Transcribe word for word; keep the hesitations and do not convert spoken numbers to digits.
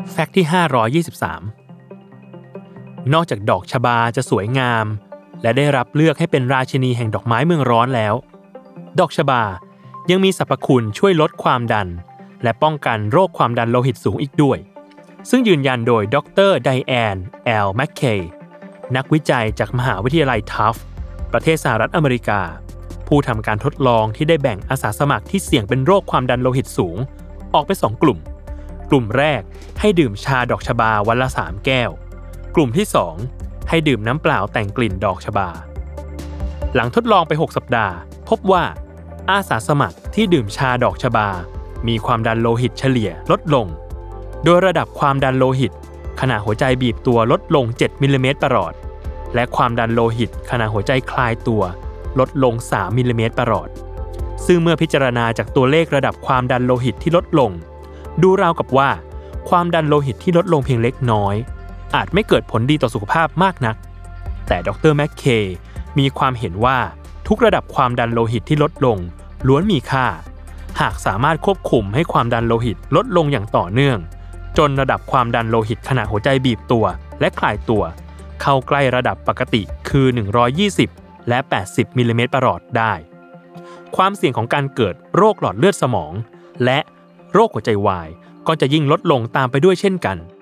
แฟกต์ที่ห้าร้อยยี่สิบสามนอกจากดอกชบาจะสวยงามและได้รับเลือกให้เป็นราชินีแห่งดอกไม้เมืองร้อนแล้วดอกชบายังมีสรรพคุณช่วยลดความดันและป้องกันโรคความดันโลหิตสูงอีกด้วยซึ่งยืนยันโดยดรไดแอนแอลแมคเคย์นักวิจัยจากมหาวิทยาลัยทัฟประเทศสหรัฐอเมริกาผู้ทำการทดลองที่ได้แบ่งอาสาสมัครที่เสี่ยงเป็นโรคความดันโลหิตสูงออกเป็นสองกลุ่มกลุ่มแรกให้ดื่มชาดอกชบาวันละสามแก้วกลุ่มที่สองให้ดื่มน้ำเปล่าแต่งกลิ่นดอกชบาหลังทดลองไปหกสัปดาห์พบว่าอาสาสมัครที่ดื่มชาดอกชบามีความดันโลหิตเฉลี่ยลดลงโดยระดับความดันโลหิตขณะหัวใจบีบตัวลดลงเจ็ดมิลลิเมตรประหลอดและความดันโลหิตขณะหัวใจคลายตัวลดลงสามมิลลิเมตรประหลอดซึ่งเมื่อพิจารณาจากตัวเลขระดับความดันโลหิตที่ลดลงดูราวกับว่าความดันโลหิตที่ลดลงเพียงเล็กน้อยอาจไม่เกิดผลดีต่อสุขภาพมากนักแต่ดรแมคเคย์มีความเห็นว่าทุกระดับความดันโลหิตที่ลดลงล้วนมีค่าหากสามารถควบคุมให้ความดันโลหิตลดลงอย่างต่อเนื่องจนระดับความดันโลหิตขณะหัวใจบีบตัวและคลายตัวเข้าใกล้ระดับปกติคือหนึ่งร้อยยี่สิบและแปดสิบมิลลิเมตรประหลอดได้ความเสี่ยงของการเกิดโรคหลอดเลือดสมองและโรคหัวใจวายก็จะยิ่งลดลงตามไปด้วยเช่นกัน